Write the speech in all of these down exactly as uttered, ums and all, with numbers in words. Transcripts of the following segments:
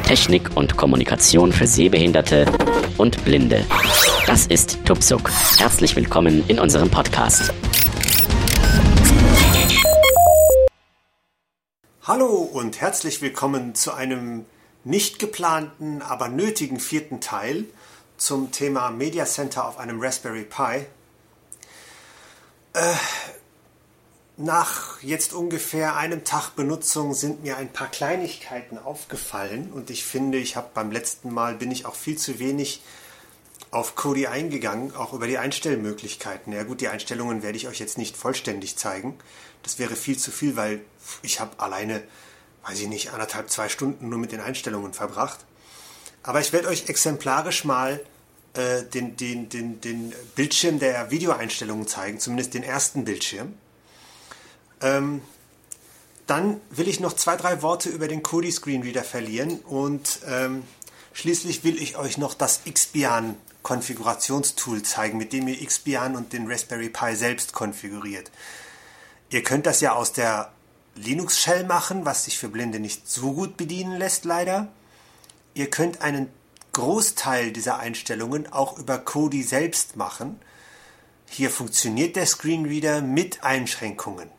Technik und Kommunikation für Sehbehinderte und Blinde. Das ist Tupsuk. Herzlich willkommen in unserem Podcast. Hallo und herzlich willkommen zu einem nicht geplanten, aber nötigen vierten Teil zum Thema Media Center auf einem Raspberry Pi. Äh, nach jetzt ungefähr einem Tag Benutzung sind mir ein paar Kleinigkeiten aufgefallen und ich finde, ich habe beim letzten Mal bin ich auch viel zu wenig auf Kodi eingegangen, auch über die Einstellmöglichkeiten. Ja gut, die Einstellungen werde ich euch jetzt nicht vollständig zeigen. Das wäre viel zu viel, weil ich habe alleine, weiß ich nicht, anderthalb, zwei Stunden nur mit den Einstellungen verbracht. Aber ich werde euch exemplarisch mal äh, den, den, den, den Bildschirm der Videoeinstellungen zeigen, zumindest den ersten Bildschirm. Ähm, dann will ich noch zwei, drei Worte über den Kodi Screenreader verlieren und ähm, schließlich will ich euch noch das Xbian Konfigurationstool zeigen, mit dem ihr Xbian und den Raspberry Pi selbst konfiguriert. Ihr könnt das ja aus der Linux Shell machen, was sich für Blinde nicht so gut bedienen lässt, leider. Ihr könnt einen Großteil dieser Einstellungen auch über Kodi selbst machen. Hier funktioniert der Screenreader mit Einschränkungen.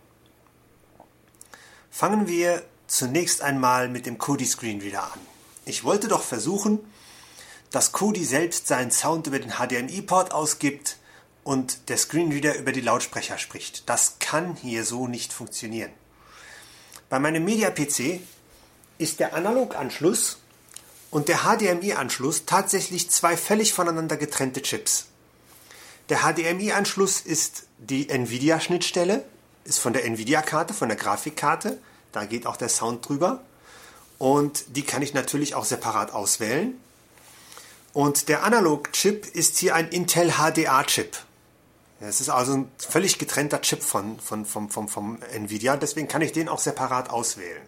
Fangen wir zunächst einmal mit dem Kodi Screenreader an. Ich wollte doch versuchen, dass Kodi selbst seinen Sound über den H D M I-Port ausgibt und der Screenreader über die Lautsprecher spricht. Das kann hier so nicht funktionieren. Bei meinem Media-P C ist der Analoganschluss und der H D M I-Anschluss tatsächlich zwei völlig voneinander getrennte Chips. Der H D M I-Anschluss ist die Nvidia-Schnittstelle, ist von der Nvidia-Karte, von der Grafikkarte. Da geht auch der Sound drüber. Und die kann ich natürlich auch separat auswählen. Und der Analog-Chip ist hier ein Intel H D A-Chip. Es ist also ein völlig getrennter Chip von, von, vom, vom, vom Nvidia. Deswegen kann ich den auch separat auswählen.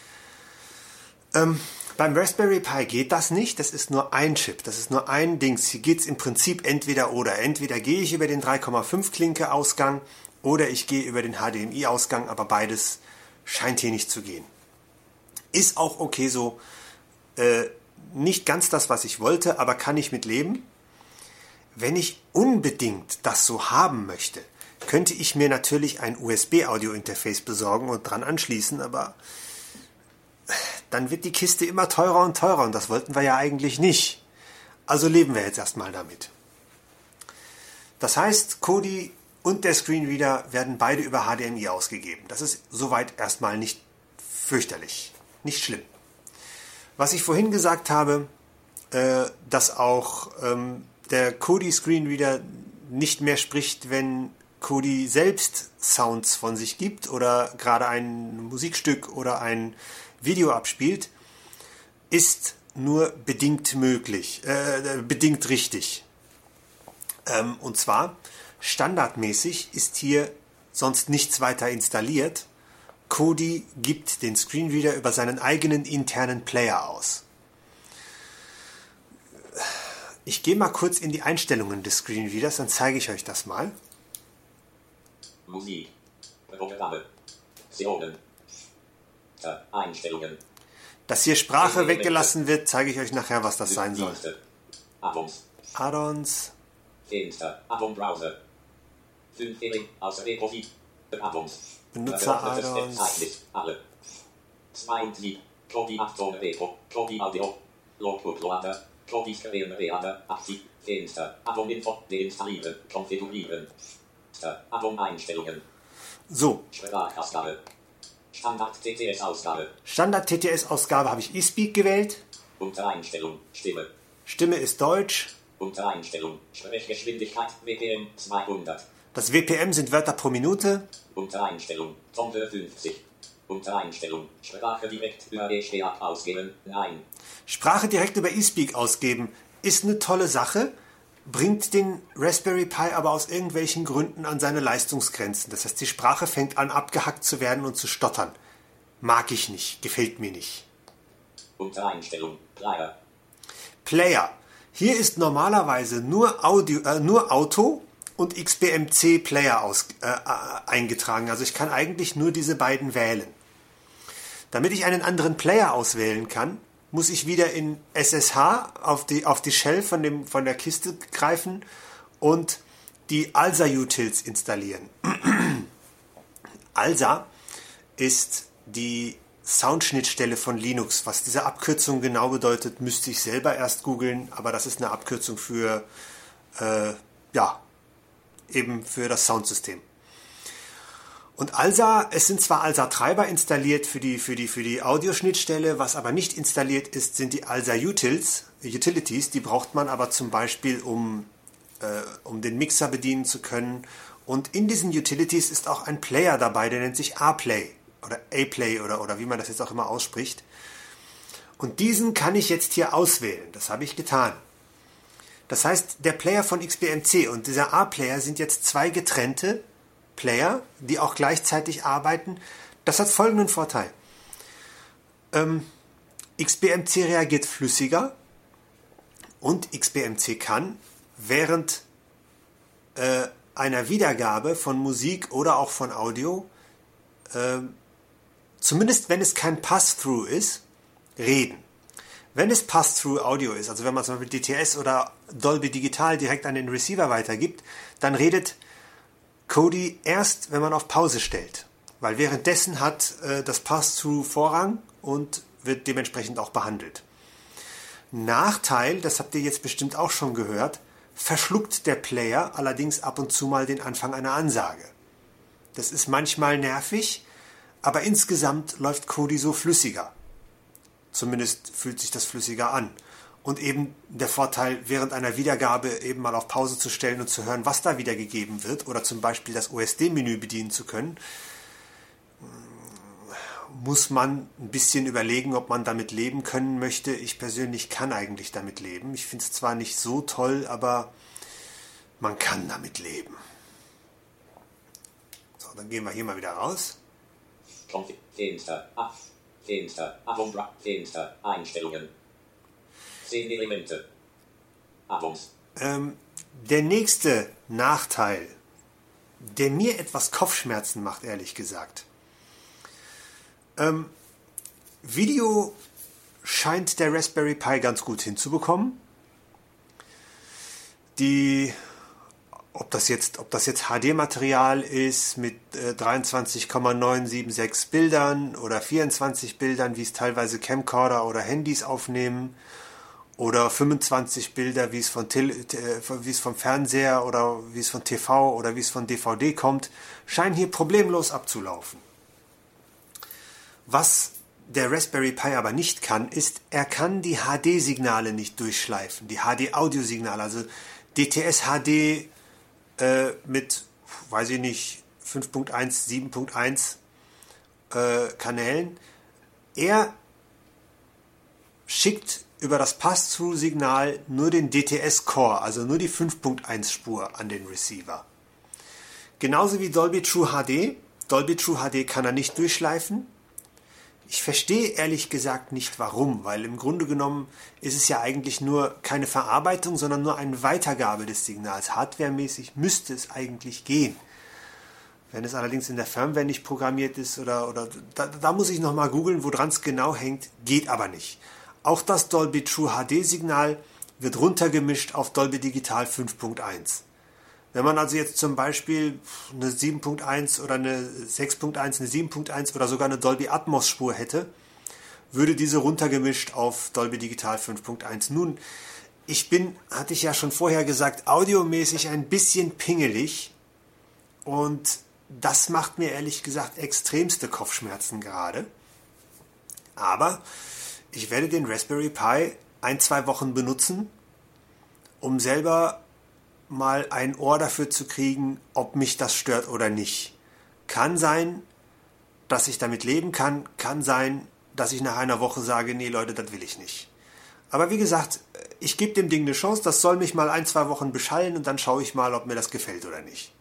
Ähm, beim Raspberry Pi geht das nicht. Das ist nur ein Chip. Das ist nur ein Dings. Hier geht es im Prinzip entweder oder. Entweder gehe ich über den drei Komma fünf Klinke Ausgang oder ich gehe über den H D M I-Ausgang. Aber beides scheint hier nicht zu gehen. Ist auch okay so. Äh, nicht ganz das, was ich wollte, aber kann ich mit leben. Wenn ich unbedingt das so haben möchte, könnte ich mir natürlich ein U S B-Audio-Interface besorgen und dran anschließen, aber dann wird die Kiste immer teurer und teurer und das wollten wir ja eigentlich nicht. Also leben wir jetzt erstmal damit. Das heißt, Kodi und der Screenreader werden beide über H D M I ausgegeben. Das ist soweit erstmal nicht fürchterlich, nicht schlimm. Was ich vorhin gesagt habe, äh, dass auch ähm, der Kodi Screenreader nicht mehr spricht, wenn Kodi selbst Sounds von sich gibt oder gerade ein Musikstück oder ein Video abspielt, ist nur bedingt möglich, äh, bedingt richtig. Ähm, und zwar standardmäßig ist hier sonst nichts weiter installiert. Kodi gibt den Screenreader über seinen eigenen internen Player aus. Ich gehe mal kurz in die Einstellungen des Screenreaders, dann zeige ich euch das mal. Musik, Programme, Optionen, Einstellungen. Dass hier Sprache weggelassen wird, zeige ich euch nachher, was das sein soll. Addons. Addons. Fenster, Addon-Browser. fünf außer Repository. Addons. Benutzer-Addons. Alle. zwei und sieben. Kodi Achtung Repro. Kodi Audio. Logbook Loader. Kodi Screen Reader. achtzig. Fenster. Addon Info. Deinstallieren. Konfigurieren. Addon Einstellungen. So. Sprachausgabe. Standard-T T S-Ausgabe. Standard-T T S-Ausgabe habe ich eSpeak gewählt. Untereinstellung. Stimme. Stimme ist Deutsch. Untereinstellung. Sprechgeschwindigkeit. W P M zweihundert. Das W P M sind Wörter pro Minute. Untereinstellung. Tompe fünfzig. Untereinstellung. Sprache direkt über eSpeak ausgeben. Nein. Sprache direkt über eSpeak ausgeben ist eine tolle Sache, bringt den Raspberry Pi aber aus irgendwelchen Gründen an seine Leistungsgrenzen. Das heißt, die Sprache fängt an, abgehackt zu werden und zu stottern. Mag ich nicht, gefällt mir nicht. Untereinstellung. Player. Player. Hier ist normalerweise nur, Audio, äh, nur Auto und X B M C Player aus, äh, äh, eingetragen. Also ich kann eigentlich nur diese beiden wählen. Damit ich einen anderen Player auswählen kann, muss ich wieder in S S H auf die, auf die Shell von, dem, von der Kiste greifen und die A L S A-Utils installieren. A L S A ist die Soundschnittstelle von Linux. Was diese Abkürzung genau bedeutet, müsste ich selber erst googeln, aber das ist eine Abkürzung für, äh, ja, eben für das Soundsystem. Und A L S A, es sind zwar A L S A-Treiber installiert für die, für die, für die Audioschnittstelle, was aber nicht installiert ist, sind die A L S A-Utils, Utilities, die braucht man aber zum Beispiel, um, äh, um den Mixer bedienen zu können. Und in diesen Utilities ist auch ein Player dabei, der nennt sich A-Play oder A-Play oder, oder wie man das jetzt auch immer ausspricht. Und diesen kann ich jetzt hier auswählen. Das habe ich getan. Das heißt, der Player von X B M C und dieser A-Player sind jetzt zwei getrennte Player, die auch gleichzeitig arbeiten. Das hat folgenden Vorteil. Ähm, X B M C reagiert flüssiger und X B M C kann während äh, einer Wiedergabe von Musik oder auch von Audio, äh, zumindest wenn es kein Pass-Through ist, reden. Wenn es Pass-Through-Audio ist, also wenn man zum Beispiel D T S oder Dolby Digital direkt an den Receiver weitergibt, dann redet Kodi erst, wenn man auf Pause stellt. Weil währenddessen hat äh, das Pass-Through Vorrang und wird dementsprechend auch behandelt. Nachteil, das habt ihr jetzt bestimmt auch schon gehört, verschluckt der Player allerdings ab und zu mal den Anfang einer Ansage. Das ist manchmal nervig, aber insgesamt läuft Kodi so flüssiger. Zumindest fühlt sich das flüssiger an. Und eben der Vorteil, während einer Wiedergabe eben mal auf Pause zu stellen und zu hören, was da wiedergegeben wird, oder zum Beispiel das O S D-Menü bedienen zu können, muss man ein bisschen überlegen, ob man damit leben können möchte. Ich persönlich kann eigentlich damit leben. Ich finde es zwar nicht so toll, aber man kann damit leben. So, dann gehen wir hier mal wieder raus. Fenster, ab, Fenster, Atom, Fenster, Einstellungen. zehn Elemente. Atoms. Ähm, der nächste Nachteil, der mir etwas Kopfschmerzen macht, ehrlich gesagt. Ähm, Video scheint der Raspberry Pi ganz gut hinzubekommen. Die, ob das jetzt, ob das jetzt H D-Material ist mit äh, dreiundzwanzig Komma neun sieben sechs Bildern oder vierundzwanzig Bildern, wie es teilweise Camcorder oder Handys aufnehmen, oder fünfundzwanzig Bilder, wie es von Tele, äh, wie es vom Fernseher oder wie es von T V oder wie es von D V D kommt, scheinen hier problemlos abzulaufen. Was der Raspberry Pi aber nicht kann, ist, er kann die H D-Signale nicht durchschleifen, die H D-Audiosignale, also D T S H D äh, mit, weiß ich nicht, fünf Punkt eins, sieben Punkt eins äh, Kanälen. Er schickt über das Pass-Through-Signal nur den D T S-Core, also nur die fünf Punkt eins Spur an den Receiver. Genauso wie Dolby True H D. Dolby True H D kann er nicht durchschleifen. Ich verstehe ehrlich gesagt nicht warum, weil im Grunde genommen ist es ja eigentlich nur keine Verarbeitung, sondern nur eine Weitergabe des Signals. Hardwaremäßig müsste es eigentlich gehen. Wenn es allerdings in der Firmware nicht programmiert ist, oder, oder da, da muss ich nochmal googeln, woran es genau hängt, geht aber nicht. Auch das Dolby True H D-Signal wird runtergemischt auf Dolby Digital fünf Punkt eins. Wenn man also jetzt zum Beispiel eine sieben Punkt eins oder eine sechs Punkt eins, eine sieben Punkt eins oder sogar eine Dolby Atmos Spur hätte, würde diese runtergemischt auf Dolby Digital fünf Punkt eins. Nun, ich bin, hatte ich ja schon vorher gesagt, audiomäßig ein bisschen pingelig und das macht mir ehrlich gesagt extremste Kopfschmerzen gerade. Aber ich werde den Raspberry Pi ein, zwei Wochen benutzen, um selber mal ein Ohr dafür zu kriegen, ob mich das stört oder nicht. Kann sein, dass ich damit leben kann, kann sein, dass ich nach einer Woche sage, nee Leute, das will ich nicht. Aber wie gesagt, ich gebe dem Ding eine Chance, das soll mich mal ein, zwei Wochen beschallen und dann schaue ich mal, ob mir das gefällt oder nicht.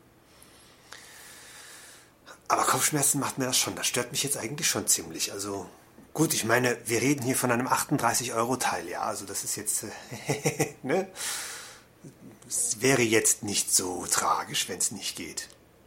Aber Kopfschmerzen macht mir das schon, das stört mich jetzt eigentlich schon ziemlich. Also gut, ich meine, wir reden hier von einem achtunddreißig Euro Teil, ja, also das ist jetzt, äh, ne? Es wäre jetzt nicht so tragisch, wenn es nicht geht.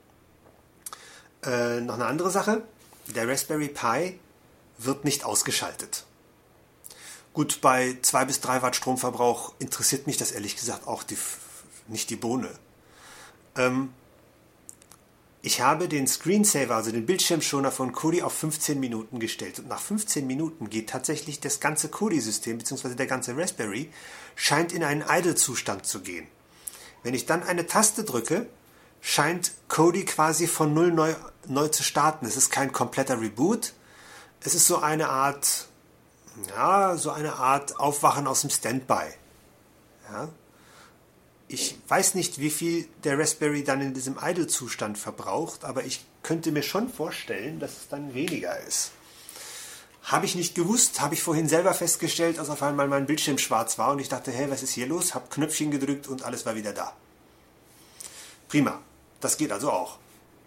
Äh, noch eine andere Sache. Der Raspberry Pi wird nicht ausgeschaltet. Gut, bei zwei bis drei Watt Stromverbrauch interessiert mich das ehrlich gesagt auch die, nicht die Bohne. Ähm, ich habe den Screensaver, also den Bildschirmschoner von Kodi auf fünfzehn Minuten gestellt. Und nach fünfzehn Minuten geht tatsächlich das ganze Kodi-System, beziehungsweise der ganze Raspberry, scheint in einen Idle-Zustand zu gehen. Wenn ich dann eine Taste drücke, scheint Kodi quasi von null neu, neu zu starten. Es ist kein kompletter Reboot. Es ist so eine Art, ja, so eine Art Aufwachen aus dem Standby. Ja. Ich weiß nicht, wie viel der Raspberry dann in diesem Idle-Zustand verbraucht, aber ich könnte mir schon vorstellen, dass es dann weniger ist. Habe ich nicht gewusst, habe ich vorhin selber festgestellt, als auf einmal mein Bildschirm schwarz war und ich dachte, hey, was ist hier los? Habe Knöpfchen gedrückt und alles war wieder da. Prima, das geht also auch.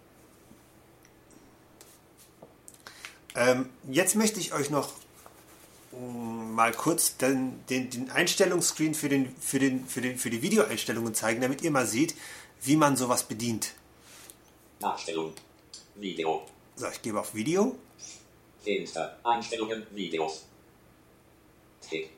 Ähm, jetzt möchte ich euch noch mal kurz den, den, den Einstellungsscreen für, den, für, den, für, den, für die Videoeinstellungen zeigen, damit ihr mal seht, wie man sowas bedient. Nachstellung. Video. So, ich gebe auf Video. Fenster. Einstellungen. Videos. Tick.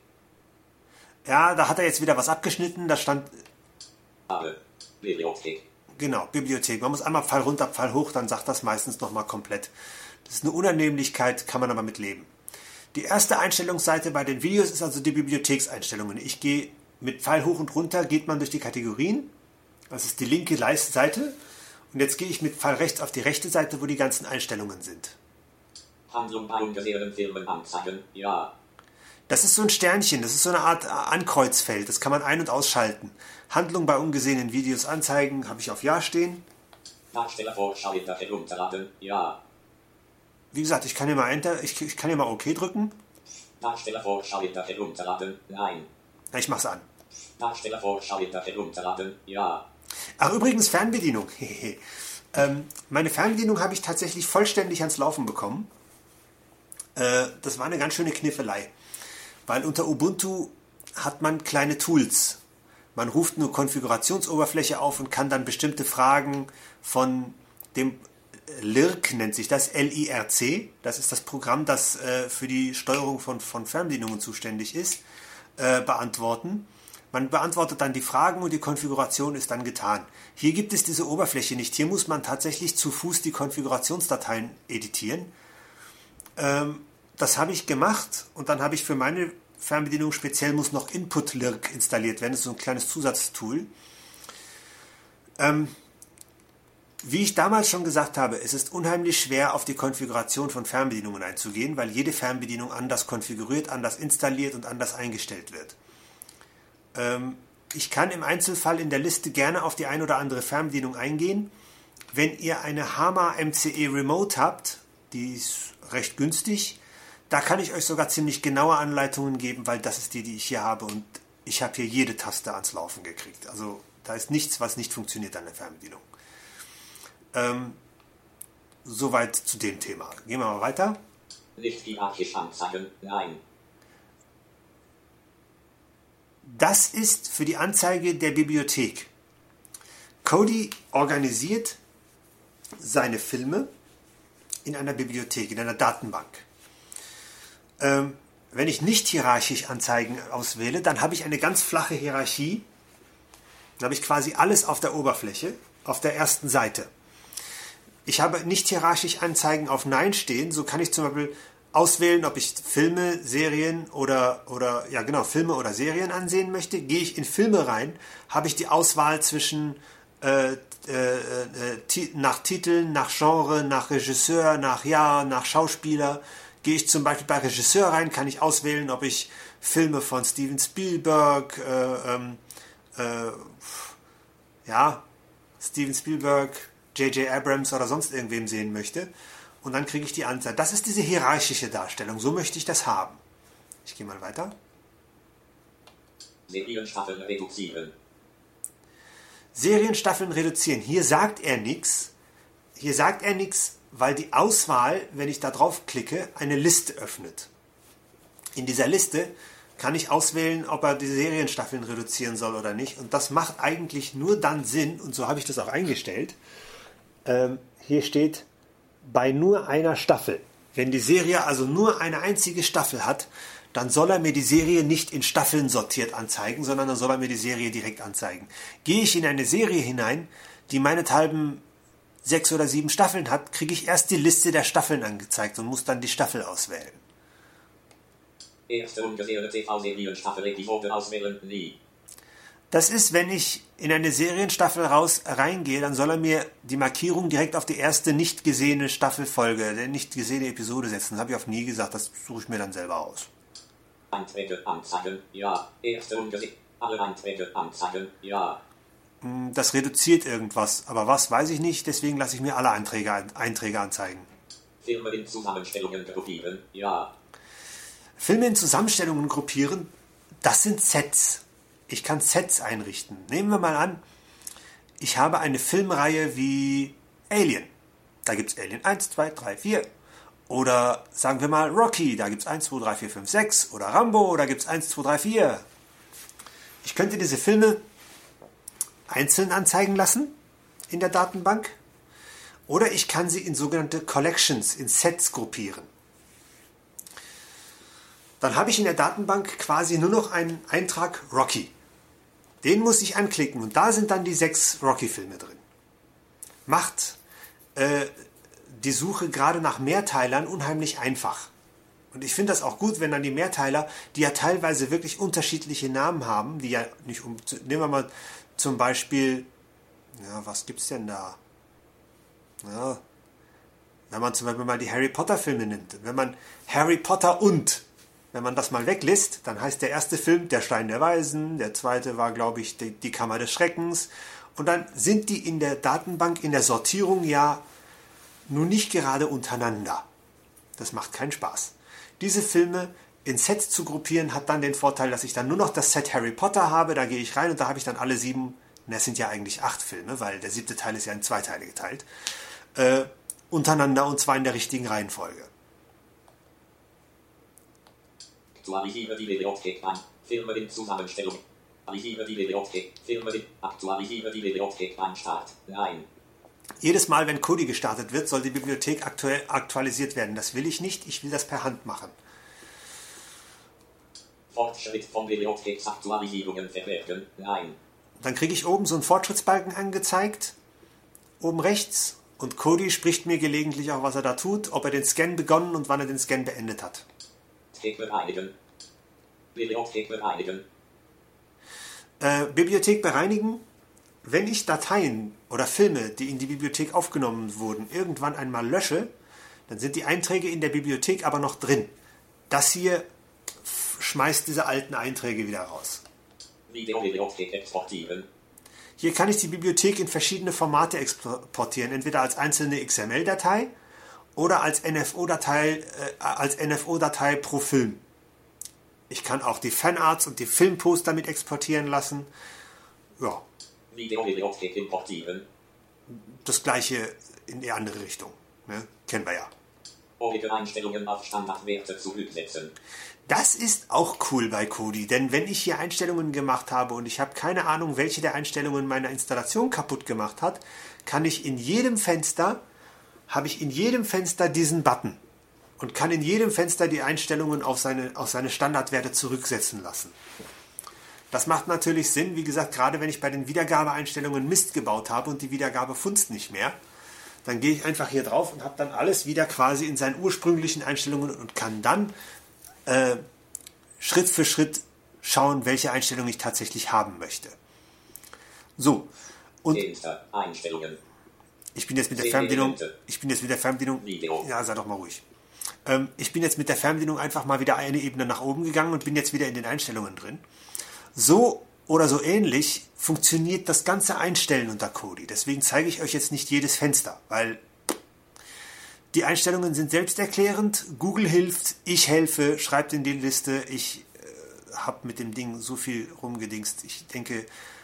Ja, da hat er jetzt wieder was abgeschnitten. Da stand... Habe. Bibliothek. Genau, Bibliothek. Man muss einmal Pfeil runter, Pfeil hoch, dann sagt das meistens nochmal komplett. Das ist eine Unannehmlichkeit, kann man aber mit leben. Die erste Einstellungsseite bei den Videos ist also die Bibliothekseinstellungen. Ich gehe mit Pfeil hoch und runter, geht man durch die Kategorien. Das ist die linke Seite. Und jetzt gehe ich mit Pfeil rechts auf die rechte Seite, wo die ganzen Einstellungen sind. Handlung bei ungesehenen Filmen anzeigen. Ja. Das ist so ein Sternchen, das ist so eine Art Ankreuzfeld. Das kann man ein- und ausschalten. Handlung bei ungesehenen Videos anzeigen, habe ich auf Ja stehen. Nachstellervorschau in der herunterladen. Ja. Wie gesagt, ich kann hier mal Enter, ich, ich kann hier mal OK drücken. Nachstellervorschau in der herunterladen. Nein. Na, ich mach's an. Nachstellervorschau in der herunterladen. Ja. Ach, übrigens Fernbedienung. ähm, meine Fernbedienung habe ich tatsächlich vollständig ans Laufen bekommen. Äh, das war eine ganz schöne Kniffelei. Weil unter Ubuntu hat man kleine Tools. Man ruft eine Konfigurationsoberfläche auf und kann dann bestimmte Fragen von dem L I R C, nennt sich das, L I R C, das ist das Programm, das äh, für die Steuerung von, von Fernbedienungen zuständig ist, äh, beantworten. Man beantwortet dann die Fragen und die Konfiguration ist dann getan. Hier gibt es diese Oberfläche nicht. Hier muss man tatsächlich zu Fuß die Konfigurationsdateien editieren. Ähm, das habe ich gemacht und dann habe ich für meine Fernbedienung speziell muss noch Input-L I R C installiert werden. Das ist so ein kleines Zusatztool. Ähm, Wie ich damals schon gesagt habe, es ist unheimlich schwer, auf die Konfiguration von Fernbedienungen einzugehen, weil jede Fernbedienung anders konfiguriert, anders installiert und anders eingestellt wird. Ähm, ich kann im Einzelfall in der Liste gerne auf die ein oder andere Fernbedienung eingehen. Wenn ihr eine Hama M C E Remote habt, die ist recht günstig, da kann ich euch sogar ziemlich genaue Anleitungen geben, weil das ist die, die ich hier habe und ich habe hier jede Taste ans Laufen gekriegt. Also da ist nichts, was nicht funktioniert an der Fernbedienung. Ähm, soweit zu dem Thema. Gehen wir mal weiter. Nicht hierarchisch anzeigen. Nein. Das ist für die Anzeige der Bibliothek. Kodi organisiert seine Filme in einer Bibliothek, in einer Datenbank. Ähm, wenn ich nicht hierarchisch Anzeigen auswähle, dann habe ich eine ganz flache Hierarchie. Dann habe ich quasi alles auf der Oberfläche, auf der ersten Seite. Ich habe nicht hierarchisch Anzeigen auf Nein stehen, so kann ich zum Beispiel auswählen, ob ich Filme, Serien oder, oder ja genau, Filme oder Serien ansehen möchte. Gehe ich in Filme rein, habe ich die Auswahl zwischen äh, äh, äh, nach Titeln, nach Genre, nach Regisseur, nach Jahr, nach Schauspieler. Gehe ich zum Beispiel bei Regisseur rein, kann ich auswählen, ob ich Filme von Steven Spielberg, äh, ähm, äh, ja, Steven Spielberg, J J Abrams oder sonst irgendwem sehen möchte. Und dann kriege ich die Anzeige. Das ist diese hierarchische Darstellung. So möchte ich das haben. Ich gehe mal weiter. Serienstaffeln reduzieren. Serienstaffeln reduzieren. Hier sagt er nichts. Hier sagt er nichts, weil die Auswahl, wenn ich da drauf klicke, eine Liste öffnet. In dieser Liste kann ich auswählen, ob er die Serienstaffeln reduzieren soll oder nicht. Und das macht eigentlich nur dann Sinn, und so habe ich das auch eingestellt. Ähm, hier steht, bei nur einer Staffel. Wenn die Serie also nur eine einzige Staffel hat, dann soll er mir die Serie nicht in Staffeln sortiert anzeigen, sondern dann soll er mir die Serie direkt anzeigen. Gehe ich in eine Serie hinein, die meinethalben sechs oder sieben Staffeln hat, kriege ich erst die Liste der Staffeln angezeigt und muss dann die Staffel auswählen. Erste ungesehene T V-Serien-Staffel-Episode auswählen, nie. Das ist, wenn ich in eine Serienstaffel raus reingehe, dann soll er mir die Markierung direkt auf die erste nicht gesehene Staffelfolge, der nicht gesehene Episode setzen. Das habe ich auf nie gesagt, das suche ich mir dann selber aus. Einträge anzeigen, ja. Erste ungesehen. Alle Einträge anzeigen, ja. Das reduziert irgendwas, aber was, weiß ich nicht, deswegen lasse ich mir alle Einträge, Einträge anzeigen. Filme in Zusammenstellungen gruppieren, ja. Filme in Zusammenstellungen gruppieren, das sind Sets. Ich kann Sets einrichten. Nehmen wir mal an, ich habe eine Filmreihe wie Alien. Da gibt es Alien eins, zwei, drei, vier. Oder sagen wir mal Rocky, da gibt es eins, zwei, drei, vier, fünf, sechs. Oder Rambo, da gibt es eins, zwei, drei, vier. Ich könnte diese Filme einzeln anzeigen lassen in der Datenbank. Oder ich kann sie in sogenannte Collections, in Sets gruppieren. Dann habe ich in der Datenbank quasi nur noch einen Eintrag Rocky. Den muss ich anklicken und da sind dann die sechs Rocky-Filme drin. Macht äh, die Suche gerade nach Mehrteilern unheimlich einfach. Und ich finde das auch gut, wenn dann die Mehrteiler, die ja teilweise wirklich unterschiedliche Namen haben, die ja nicht um... Nehmen wir mal zum Beispiel... Ja, was gibt's denn da? Ja, wenn man zum Beispiel mal die Harry Potter-Filme nimmt. Wenn man Harry Potter und... Wenn man das mal weglässt, dann heißt der erste Film Der Stein der Weisen, der zweite war, glaube ich, die, die Kammer des Schreckens. Und dann sind die in der Datenbank, in der Sortierung ja nun nicht gerade untereinander. Das macht keinen Spaß. Diese Filme in Sets zu gruppieren, hat dann den Vorteil, dass ich dann nur noch das Set Harry Potter habe. Da gehe ich rein und da habe ich dann alle sieben, das sind ja eigentlich acht Filme, weil der siebte Teil ist ja in zwei Teile geteilt, äh, untereinander und zwar in der richtigen Reihenfolge. Aktualisiere die Bibliothek ein. Filme in Zusammenstellung. Aktualisiere die Bibliothek. Filme in. Aktualisiere die Bibliothek beim Start. Nein. Jedes Mal, wenn Kodi gestartet wird, soll die Bibliothek aktuell aktualisiert werden. Das will ich nicht. Ich will das per Hand machen. Fortschritt von Bibliotheksaktualisierungen verwerten. Nein. Dann kriege ich oben so einen Fortschrittsbalken angezeigt. Oben rechts. Und Kodi spricht mir gelegentlich auch, was er da tut, ob er den Scan begonnen und wann er den Scan beendet hat. Bibliothek bereinigen. Bibliothek bereinigen. Äh, Bibliothek bereinigen. Wenn ich Dateien oder Filme, die in die Bibliothek aufgenommen wurden, irgendwann einmal lösche, dann sind die Einträge in der Bibliothek aber noch drin. Das hier schmeißt diese alten Einträge wieder raus. Videobibliothek exportieren. Hier kann ich die Bibliothek in verschiedene Formate exportieren, entweder als einzelne X M L-Datei oder als N F O-Datei, äh, als N F O-Datei pro Film. Ich kann auch die Fanarts und die Filmposter mit exportieren lassen. Ja. Videobibliothek importieren. Das gleiche in die andere Richtung. Ne? Kennen wir ja. Ohne Einstellungen auf Standardwerte zurücksetzen. Das ist auch cool bei Kodi, denn wenn ich hier Einstellungen gemacht habe und ich habe keine Ahnung, welche der Einstellungen meine Installation kaputt gemacht hat, kann ich in jedem Fenster, habe ich in jedem Fenster diesen Button und kann in jedem Fenster die Einstellungen auf seine, auf seine Standardwerte zurücksetzen lassen. Das macht natürlich Sinn, wie gesagt, gerade wenn ich bei den Wiedergabeeinstellungen Mist gebaut habe und die Wiedergabe funzt nicht mehr, dann gehe ich einfach hier drauf und habe dann alles wieder quasi in seinen ursprünglichen Einstellungen und kann dann äh, Schritt für Schritt schauen, welche Einstellungen ich tatsächlich haben möchte. So, und Einstellungen. Ich bin jetzt mit der Fernbedienung, ich bin jetzt mit der Fernbedienung, ja, sei doch mal ruhig. Ähm, ich bin jetzt mit der Fernbedienung einfach mal wieder eine Ebene nach oben gegangen und bin jetzt wieder in den Einstellungen drin. So oder so ähnlich funktioniert das ganze Einstellen unter Kodi. Deswegen zeige ich euch jetzt nicht jedes Fenster, weil die Einstellungen sind selbsterklärend. Google hilft, ich helfe, schreibt in die Liste. Ich äh, habe mit dem Ding so viel rumgedingst. Ich denke, äh,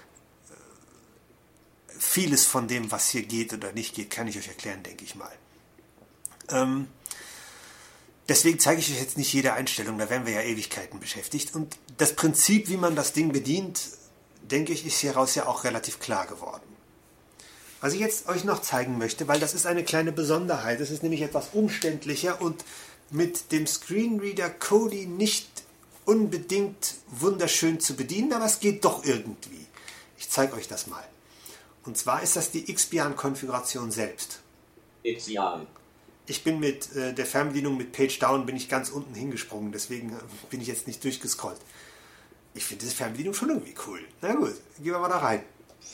vieles von dem, was hier geht oder nicht geht, kann ich euch erklären, denke ich mal. Ähm, Deswegen zeige ich euch jetzt nicht jede Einstellung, da wären wir ja Ewigkeiten beschäftigt. Und das Prinzip, wie man das Ding bedient, denke ich, ist hieraus ja auch relativ klar geworden. Was ich jetzt euch noch zeigen möchte, weil das ist eine kleine Besonderheit, es ist nämlich etwas umständlicher und mit dem Screenreader Kodi nicht unbedingt wunderschön zu bedienen, aber es geht doch irgendwie. Ich zeige euch das mal. Und zwar ist das die Xbian-Konfiguration selbst. Xbian. Ich bin mit äh, der Fernbedienung mit Page Down bin ich ganz unten hingesprungen, deswegen äh, bin ich jetzt nicht durchgescrollt. Ich finde diese Fernbedienung schon irgendwie cool. Na gut, gehen wir mal da rein.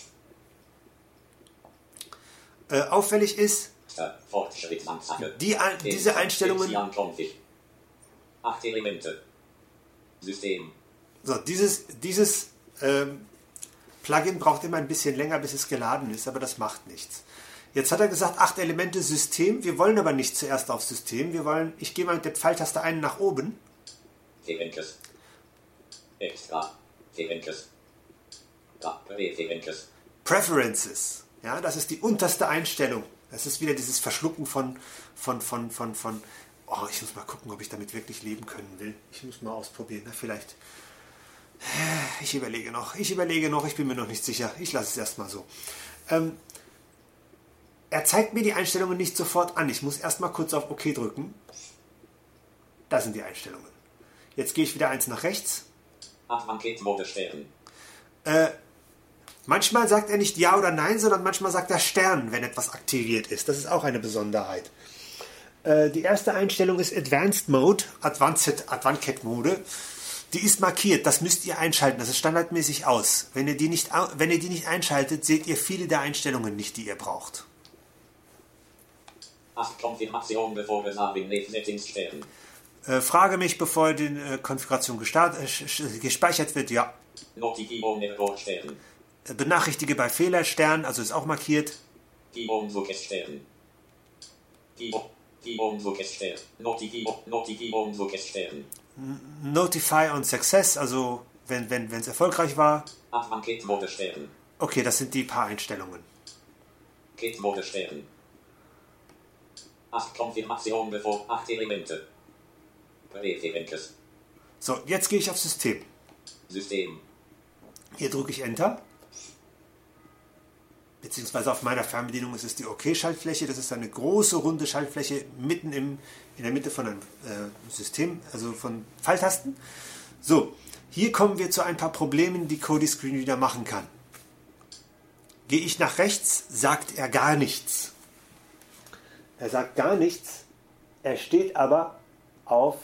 Äh, auffällig ist, die, diese Einstellungen... Acht Elemente. System. So, dieses, dieses ähm, Plugin braucht immer ein bisschen länger, bis es geladen ist, aber das macht nichts. Jetzt hat er gesagt, acht Elemente System. Wir wollen aber nicht zuerst auf System. Wir wollen, ich gehe mal mit der Pfeiltaste einen nach oben. Evenkes. Extra. Evenkes. Evenkes. Preferences. Ja, das ist die unterste Einstellung. Das ist wieder dieses Verschlucken von, von, von, von, von, oh, ich muss mal gucken, ob ich damit wirklich leben können will. Ich muss mal ausprobieren, ne? Vielleicht. Ich überlege noch, ich überlege noch, ich bin mir noch nicht sicher. Ich lasse es erstmal so. Ähm, er zeigt mir die Einstellungen nicht sofort an. Ich muss erstmal kurz auf OK drücken. Da sind die Einstellungen. Jetzt gehe ich wieder eins nach rechts. Mode Stern. Äh, manchmal sagt er nicht Ja oder Nein, sondern manchmal sagt er Stern, wenn etwas aktiviert ist. Das ist auch eine Besonderheit. Äh, die erste Einstellung ist Advanced Mode, Advanced, Advanced Mode. Die ist markiert, das müsst ihr einschalten, das ist standardmäßig aus. Wenn ihr die nicht, wenn ihr die nicht einschaltet, seht ihr viele der Einstellungen nicht, die ihr braucht. Konfirmation bevor wir sagen, Settings stellen. Äh, frage mich, bevor die äh, Konfiguration gestart, äh, gespeichert wird, ja. Äh, benachrichtige bei Fehler, Stern, also ist auch markiert. Notify on Success, also wenn wenn wenn es erfolgreich war. Okay, das sind die paar Einstellungen. acht Konfirmation bevor acht Elemente. So, jetzt gehe ich auf System. System. Hier drücke ich Enter. Beziehungsweise auf meiner Fernbedienung ist es die OK-Schaltfläche. Das ist eine große, runde Schaltfläche mitten im, in der Mitte von einem äh, System, also von Pfeiltasten. So, hier kommen wir zu ein paar Problemen, die Kodi Screenreader machen kann. Gehe ich nach rechts, sagt er gar nichts. Er sagt gar nichts. Er steht aber auf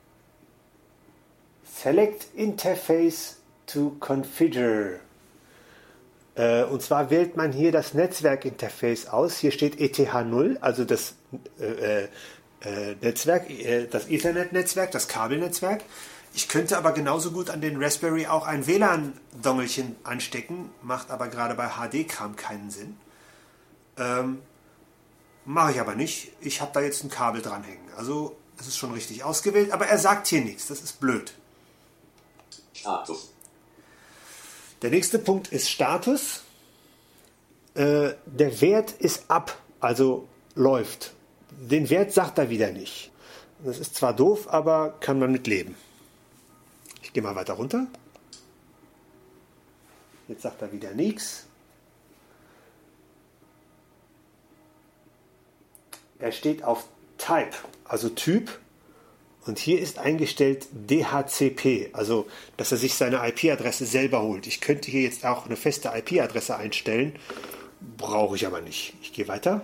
Select Interface to Configure. Und zwar wählt man hier das Netzwerkinterface aus. Hier steht E T H null, also das äh, äh, Netzwerk, äh, das Ethernet-Netzwerk, das Kabelnetzwerk. Ich könnte aber genauso gut an den Raspberry auch ein W L A N-Dongelchen anstecken, macht aber gerade bei H D-Kram keinen Sinn. Ähm, Mache ich aber nicht. Ich habe da jetzt ein Kabel dranhängen. Also es ist schon richtig ausgewählt, aber er sagt hier nichts. Das ist blöd. Status. Der nächste Punkt ist Status. Äh, der Wert ist ab, also läuft. Den Wert sagt er wieder nicht. Das ist zwar doof, aber kann man mit leben. Ich gehe mal weiter runter. Jetzt sagt er wieder nichts. Er steht auf Type, also Typ. Und hier ist eingestellt D H C P, also dass er sich seine I P-Adresse selber holt. Ich könnte hier jetzt auch eine feste I P-Adresse einstellen, brauche ich aber nicht. Ich gehe weiter.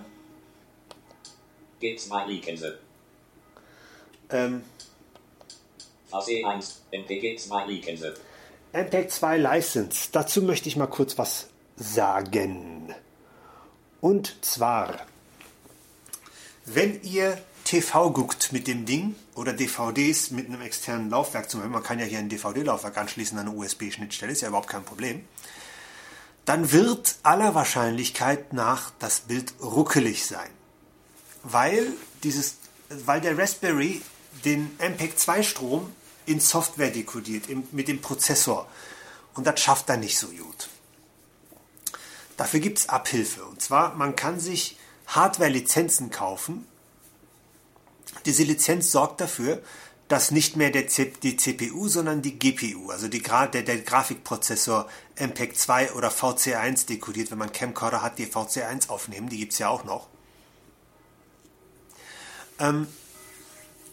Ähm, V C eins, M P G zwei Lizenz. M P E G zwei License. Dazu möchte ich mal kurz was sagen. Und zwar, wenn ihr T V guckt mit dem Ding oder D V Ds mit einem externen Laufwerk, zum Beispiel, man kann ja hier ein D V D-Laufwerk anschließen an eine U S B-Schnittstelle, ist ja überhaupt kein Problem, dann wird aller Wahrscheinlichkeit nach das Bild ruckelig sein. Weil, dieses, weil der Raspberry den M P E G zwei Strom in Software dekodiert, im, mit dem Prozessor. Und das schafft er nicht so gut. Dafür gibt es Abhilfe. Und zwar, man kann sich Hardware-Lizenzen kaufen. Diese Lizenz sorgt dafür, dass nicht mehr der C- die C P U, sondern die G P U, also die Gra- der, der Grafikprozessor M P E G zwei oder V C eins dekodiert. Wenn man Camcorder hat, die V C eins aufnehmen, die gibt es ja auch noch. Ähm,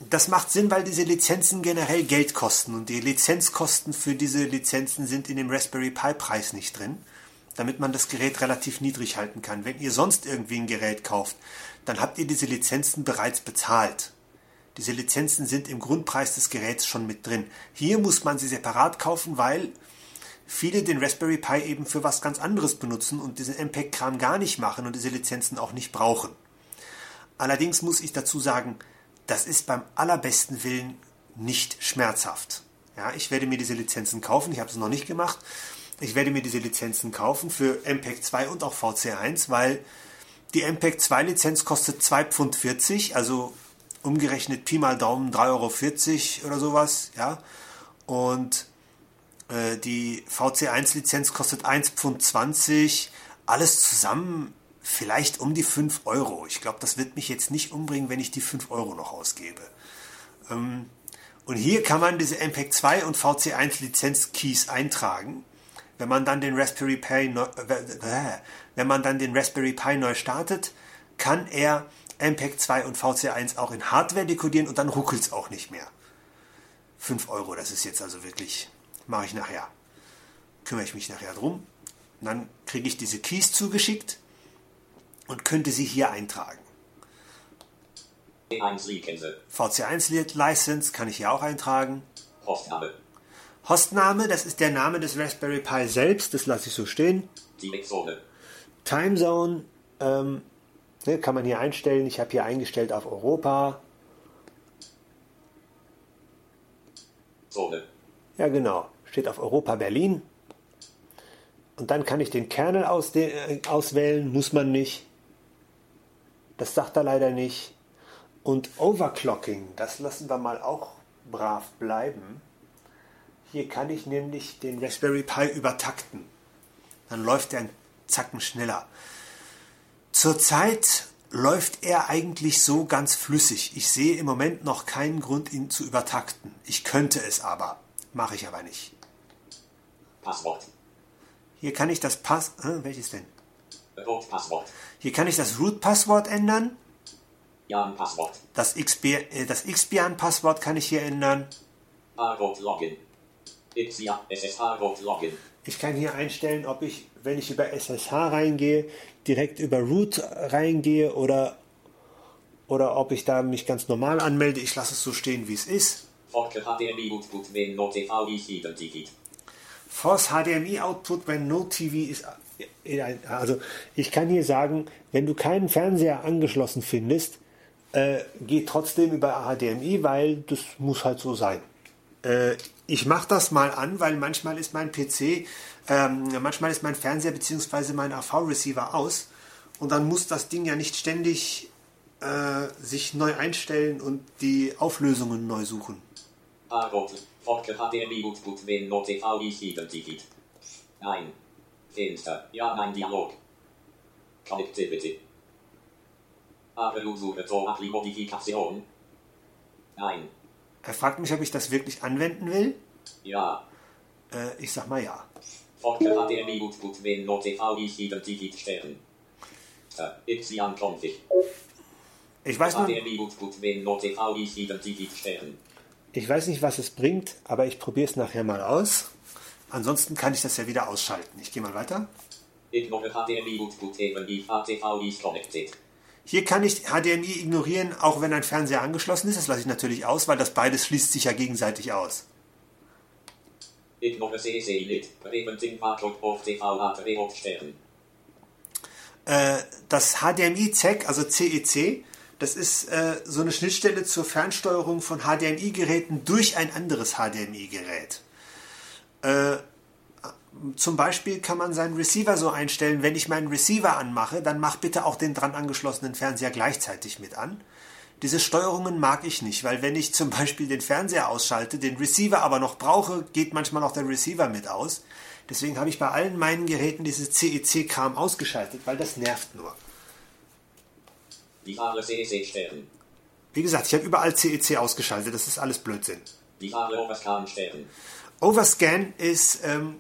das macht Sinn, weil diese Lizenzen generell Geld kosten und die Lizenzkosten für diese Lizenzen sind in dem Raspberry Pi Preis nicht drin, damit man das Gerät relativ niedrig halten kann. Wenn ihr sonst irgendwie ein Gerät kauft, dann habt ihr diese Lizenzen bereits bezahlt. Diese Lizenzen sind im Grundpreis des Geräts schon mit drin. Hier muss man sie separat kaufen, weil viele den Raspberry Pi eben für was ganz anderes benutzen und diesen M P E G-Kram gar nicht machen und diese Lizenzen auch nicht brauchen. Allerdings muss ich dazu sagen, das ist beim allerbesten Willen nicht schmerzhaft. Ja, ich werde mir diese Lizenzen kaufen, ich habe es noch nicht gemacht. Ich werde mir diese Lizenzen kaufen für M P E G zwei und auch V C eins, weil die M P E G zwei Lizenz kostet zwei Pfund vierzig, also umgerechnet Pi mal Daumen drei Euro vierzig oder sowas. Ja? Und äh, die V C eins Lizenz kostet eins Pfund zwanzig, alles zusammen vielleicht um die fünf Euro. Ich glaube, das wird mich jetzt nicht umbringen, wenn ich die fünf Euro noch ausgebe. Ähm, und hier kann man diese M P E G zwei und V C eins Lizenz-Keys eintragen. Wenn man dann den Raspberry Pi neu, äh, wenn man dann den Raspberry Pi neu startet, kann er M P E G zwei und V C eins auch in Hardware dekodieren und dann ruckelt es auch nicht mehr. fünf Euro, das ist jetzt also wirklich, mache ich nachher. Kümmere ich mich nachher drum. Und dann kriege ich diese Keys zugeschickt und könnte sie hier eintragen. V C eins License kann ich hier auch eintragen. Hostname. Hostname, das ist der Name des Raspberry Pi selbst, das lasse ich so stehen. Timezone. Timezone, ähm, ne, kann man hier einstellen. Ich habe hier eingestellt auf Europa. Zone. Ja genau, steht auf Europa Berlin. Und dann kann ich den Kernel ausde- äh, auswählen, muss man nicht. Das sagt er leider nicht. Und Overclocking, das lassen wir mal auch brav bleiben. Hier kann ich nämlich den Raspberry Pi übertakten. Dann läuft er einen Zacken schneller. Zurzeit läuft er eigentlich so ganz flüssig. Ich sehe im Moment noch keinen Grund, ihn zu übertakten. Ich könnte es aber, mache ich aber nicht. Passwort. Hier kann ich das Pass... Äh, welches denn? Root-Passwort. Hier kann ich das Root-Passwort ändern. Jan-Passwort. Das X B, äh, das X B A N-Passwort kann ich hier ändern. A-Root-Login. S S H-Root-Login. Ich kann hier einstellen, ob ich, wenn ich über S S H reingehe, direkt über Root reingehe oder, oder ob ich da mich ganz normal anmelde. Ich lasse es so stehen, wie es ist. Force H D M I Output when no T V is identified. Force H D M I Output when no T V is... Also ich kann hier sagen, wenn du keinen Fernseher angeschlossen findest, äh, geh trotzdem über H D M I, weil das muss halt so sein. Äh, ich mache das mal an, weil manchmal ist mein P C, ähm, manchmal ist mein Fernseher bzw. mein A V-Receiver aus und dann muss das Ding ja nicht ständig äh, sich neu einstellen und die Auflösungen neu suchen. Force H D M I Output when no T V is identified. Nein. Fenster. Ja, nein, Dialog. Connectivity. Aber Usuche to Appli Modifikation. Nein. Er fragt mich, ob ich das wirklich anwenden will. Ja. Äh, ich sag mal ja. Force H D M I Output when no T V is identified Stern. Xian Config. Ich weiß H noch, D M I Output when no T V is identified Stern. ich weiß nicht, was es bringt, aber ich probiere es nachher mal aus. Ansonsten kann ich das ja wieder ausschalten. Ich gehe mal weiter. Ignore H D M I Output even if H T V is connected. Hier kann ich H D M I ignorieren, auch wenn ein Fernseher angeschlossen ist. Das lasse ich natürlich aus, weil das beides schließt sich ja gegenseitig aus. Ignore C C Lit. Preventing Barcode of T V H T V Stern. Äh, das H D M I-C E C, also C E C, das ist äh, so eine Schnittstelle zur Fernsteuerung von H D M I-Geräten durch ein anderes H D M I-Gerät. Äh, zum Beispiel kann man seinen Receiver so einstellen, wenn ich meinen Receiver anmache, dann mach bitte auch den dran angeschlossenen Fernseher gleichzeitig mit an. Diese Steuerungen mag ich nicht, weil wenn ich zum Beispiel den Fernseher ausschalte, den Receiver aber noch brauche, geht manchmal auch der Receiver mit aus. Deswegen habe ich bei allen meinen Geräten dieses C E C-Kram ausgeschaltet, weil das nervt nur. Die Fahre C E C Stern. Wie gesagt, ich habe überall C E C ausgeschaltet, das ist alles Blödsinn. Die Fahre Overscan Stern. Overscan ist, ähm,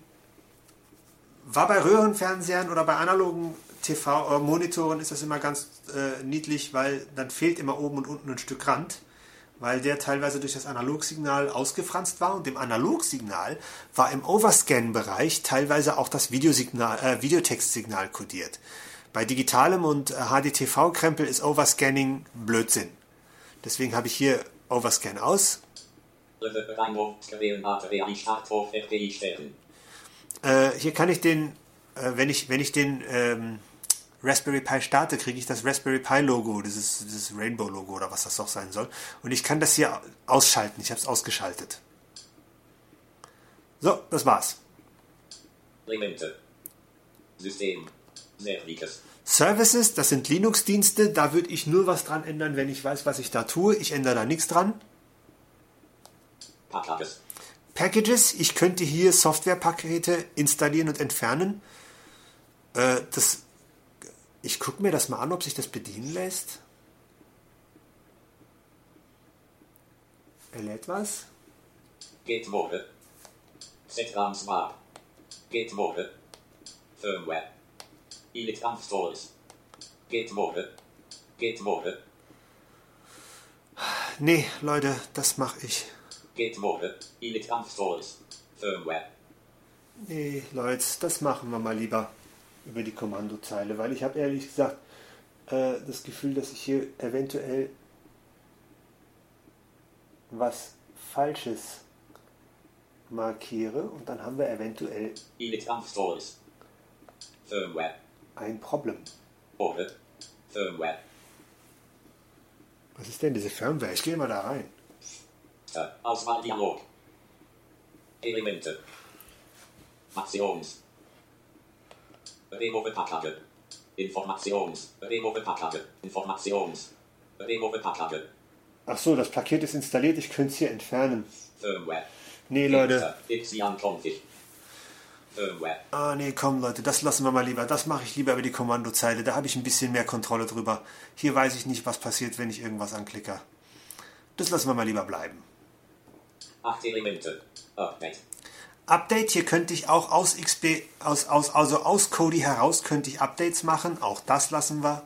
war bei Röhrenfernsehern oder bei analogen T V-Monitoren ist das immer ganz äh, niedlich, weil dann fehlt immer oben und unten ein Stück Rand. weil der teilweise durch das Analogsignal ausgefranst war und im Analogsignal war im Overscan-Bereich teilweise auch das Videosignal, äh, Videotextsignal kodiert. Bei digitalem und H D T V-Krempel ist Overscanning Blödsinn. Deswegen habe ich hier Overscan aus. Äh, hier kann ich den, äh, wenn ich, wenn ich den ähm, Raspberry Pi starte, kriege ich das Raspberry Pi Logo, dieses, dieses Rainbow Logo oder was das auch sein soll. Und ich kann das hier ausschalten. Ich habe es ausgeschaltet. So, das war's. Elemente. System. Services, das sind Linux-Dienste. Da würde ich nur was dran ändern, wenn ich weiß, was ich da tue. Ich ändere da nichts dran. Packages. Packages. Ich könnte hier Softwarepakete installieren und entfernen. Äh, das Ich gucke mir das mal an, ob sich das bedienen lässt. Er lädt was. Gitmode. Setram Smart. Gitmode. Firmware. Init Stores. Gitmode. Gitmode. Nee, Leute, das mache ich. Gitmode. Init Stores. Firmware. Nee, Leute, das machen wir mal lieber über die Kommandozeile, weil ich habe ehrlich gesagt äh, das Gefühl, dass ich hier eventuell was Falsches markiere und dann haben wir eventuell Firmware. ein Problem. Order. Firmware. Was ist denn diese Firmware? Ich gehe mal da rein. Auswahldialog. Elemente. Aktions. Remove Package. Informations. Remove Package. Informations. Remove Package. Ach so, das Paket ist installiert, ich könnte es hier entfernen. Firmware. Nee, Leute. Firmware. Ah, nee, komm, Leute, das lassen wir mal lieber. Das mache ich lieber über die Kommandozeile. Da habe ich ein bisschen mehr Kontrolle drüber. Hier weiß ich nicht, was passiert, wenn ich irgendwas anklicke. Das lassen wir mal lieber bleiben. Acht Elemente. Update. Update, hier könnte ich auch aus X B, aus, aus, also aus Kodi heraus könnte ich Updates machen. Auch das lassen wir.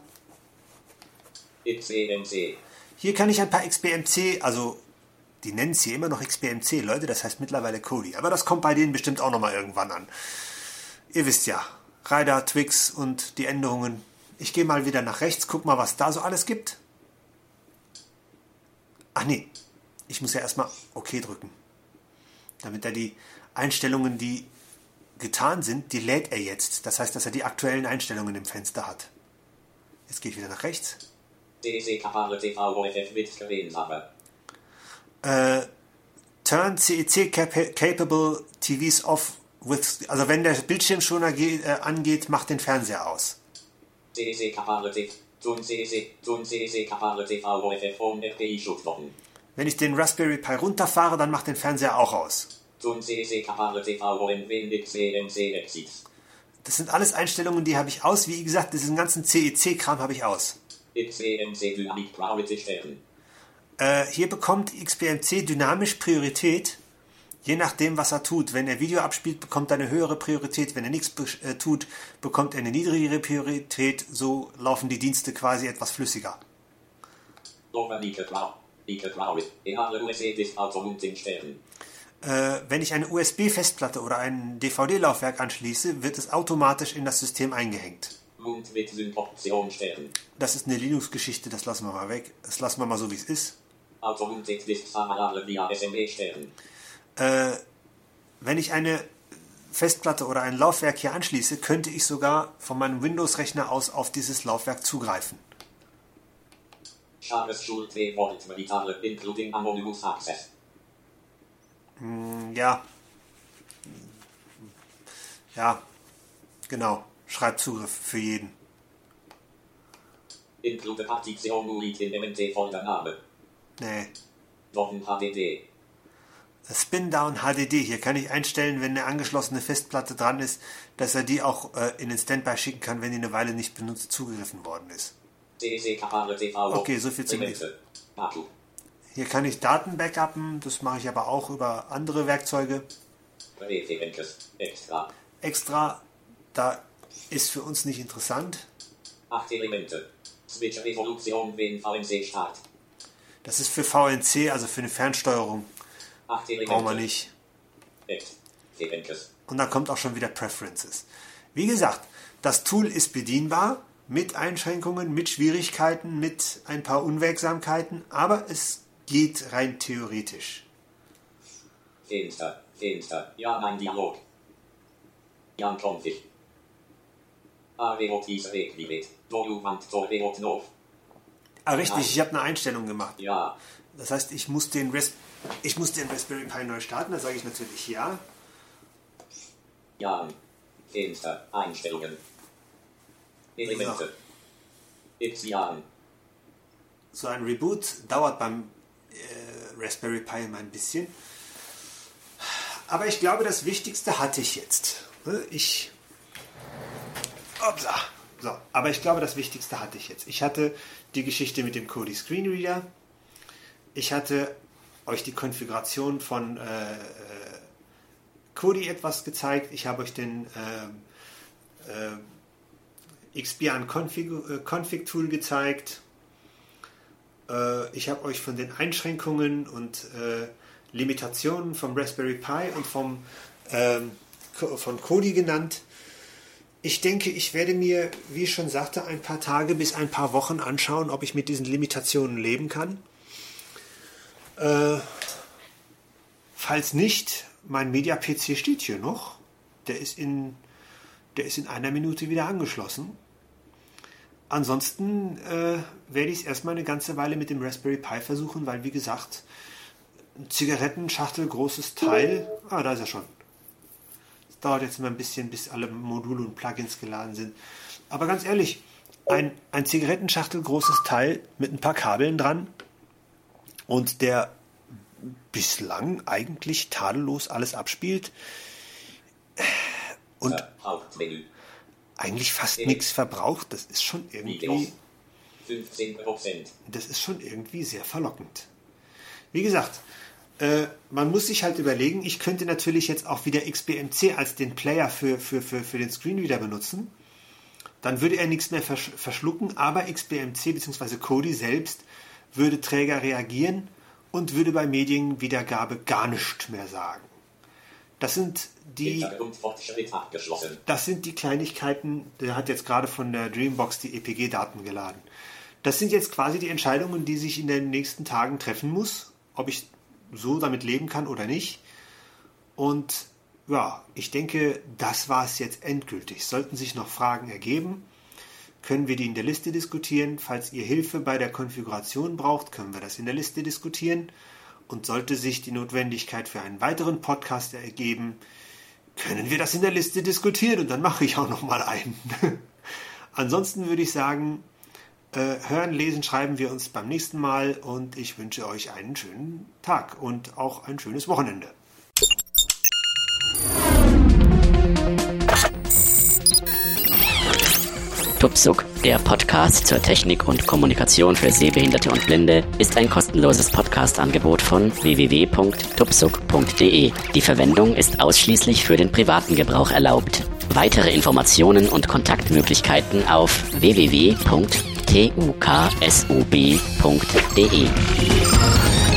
X B M C. Hier kann ich ein paar X B M C, also die nennen es hier immer noch X B M C, Leute, das heißt mittlerweile Kodi. Aber das kommt bei denen bestimmt auch nochmal irgendwann an. Ihr wisst ja, Rider, Twix und die Änderungen. Ich gehe mal wieder nach rechts, guck mal, was da so alles gibt. Ach nee, ich muss ja erstmal OK drücken. Damit er die Einstellungen, die getan sind, die lädt er jetzt. Das heißt, dass er die aktuellen Einstellungen im Fenster hat. Jetzt gehe ich wieder nach rechts. D C Kapare T V O F F mit Gewinnsame. Äh, turn C E C cap- capable T Vs off with, also wenn der Bildschirmschoner ge- äh, angeht, macht den Fernseher aus. D C Kapare T V Tun C E C Tun C E C Kapare T V O F F und F P I Schutzwochen. Wenn ich den Raspberry Pi runterfahre, dann macht den Fernseher auch aus. Tun C E C Kapare T V O M W X E M C Exits. Das sind alles Einstellungen, die habe ich aus. Wie gesagt, diesen ganzen C E C-Kram habe ich aus. X E M C Dynamic Priority Stellen. Äh, hier bekommt X B M C dynamisch Priorität, je nachdem, was er tut. Wenn er Video abspielt, bekommt er eine höhere Priorität. Wenn er nichts be- äh, tut, bekommt er eine niedrigere Priorität. So laufen die Dienste quasi etwas flüssiger. Äh, wenn ich eine U S B-Festplatte oder ein D V D-Laufwerk anschließe, wird es automatisch in das System eingehängt. Das ist eine Linux-Geschichte, das lassen wir mal weg. Das lassen wir mal so, wie es ist. Äh, wenn ich eine Festplatte oder ein Laufwerk hier anschließe, könnte ich sogar von meinem Windows-Rechner aus auf dieses Laufwerk zugreifen. Hm, ja. Ja, genau. Schreibzugriff für jeden. Include Partition Unit in M T Folgername. Nee. Wochen H D D. Spin Down H D D. Hier kann ich einstellen, wenn eine angeschlossene Festplatte dran ist, dass er die auch äh, in den Standby schicken kann, wenn die eine Weile nicht benutzt zugegriffen worden ist. Okay, so viel zum nächsten. Hier kann ich Daten backuppen, das mache ich aber auch über andere Werkzeuge. Extra. Extra, da ist für uns nicht interessant. Acht Elemente. Switch Revolution W N V M C Start. Das ist für V N C, also für eine Fernsteuerung. acht Elemente. Brauchen wir nicht. Text. Sequences. Und dann kommt auch schon wieder Preferences. Wie gesagt, das Tool ist bedienbar, mit Einschränkungen, mit Schwierigkeiten, mit ein paar Unwegsamkeiten, aber es geht rein theoretisch. Fenster. Fenster. Ja, nein, Dialog. Jan Config. A W O T Requibet. Do you want to W O T no? Ah, richtig, Nein. ich habe eine Einstellung gemacht. Ja. Das heißt, ich muss den, Ras- ich muss den Raspberry Pi neu starten, da sage ich natürlich ja. Ja. Fenster. Einstellungen. Elemente. X Jahren. So ein Reboot dauert beim äh, Raspberry Pi immer ein bisschen. Aber ich glaube, das Wichtigste hatte ich jetzt. Ich. Upsa. So, aber ich glaube, das Wichtigste hatte ich jetzt. Ich hatte die Geschichte mit dem Kodi Screenreader. Ich hatte euch die Konfiguration von äh, Kodi etwas gezeigt. Ich habe euch den äh, äh, Xbian Config, äh, Config Tool gezeigt. Äh, ich habe euch von den Einschränkungen und äh, Limitationen vom Raspberry Pi und vom, ähm, von Kodi genannt. Ich denke, ich werde mir, wie ich schon sagte, ein paar Tage bis ein paar Wochen anschauen, ob ich mit diesen Limitationen leben kann. Äh, falls nicht, mein Media-P C steht hier noch. Der ist in, der ist in einer Minute wieder angeschlossen. Ansonsten äh, werde ich es erstmal eine ganze Weile mit dem Raspberry Pi versuchen, weil, wie gesagt, ein Zigarettenschachtel, großes Teil. Ah, da ist er schon. Es dauert jetzt immer ein bisschen, bis alle Module und Plugins geladen sind. Aber ganz ehrlich, ein, ein Zigarettenschachtel, großes Teil mit ein paar Kabeln dran und der bislang eigentlich tadellos alles abspielt und Hauptmenü. eigentlich fast nichts verbraucht. Das ist schon irgendwie, fünfzehn Prozent. das ist schon irgendwie sehr verlockend. Wie gesagt, äh, man muss sich halt überlegen, ich könnte natürlich jetzt auch wieder X B M C als den Player für, für, für, für den Screenreader benutzen. Dann würde er nichts mehr versch- verschlucken, aber X B M C bzw. Kodi selbst würde träger reagieren und würde bei Medienwiedergabe gar nichts mehr sagen. Das sind die, Hintergrund Fortschritt abgeschlossen. das sind die Kleinigkeiten, der hat jetzt gerade von der Dreambox die E P G-Daten geladen. Das sind jetzt quasi die Entscheidungen, die sich in den nächsten Tagen treffen muss, ob ich so damit leben kann oder nicht. Und ja, ich denke, das war es jetzt endgültig. Sollten sich noch Fragen ergeben, können wir die in der Liste diskutieren. Falls ihr Hilfe bei der Konfiguration braucht, können wir das in der Liste diskutieren. Und sollte sich die Notwendigkeit für einen weiteren Podcast ergeben, können wir das in der Liste diskutieren und dann mache ich auch noch mal einen. Ansonsten würde ich sagen, äh, hören, lesen, schreiben wir uns beim nächsten Mal und ich wünsche euch einen schönen Tag und auch ein schönes Wochenende. Tupsuk, der Podcast zur Technik und Kommunikation für Sehbehinderte und Blinde, ist ein kostenloses Podcast-Angebot von w w w punkt tupsuk punkt d e. Die Verwendung ist ausschließlich für den privaten Gebrauch erlaubt. Weitere Informationen und Kontaktmöglichkeiten auf w w w punkt tuksub punkt d e.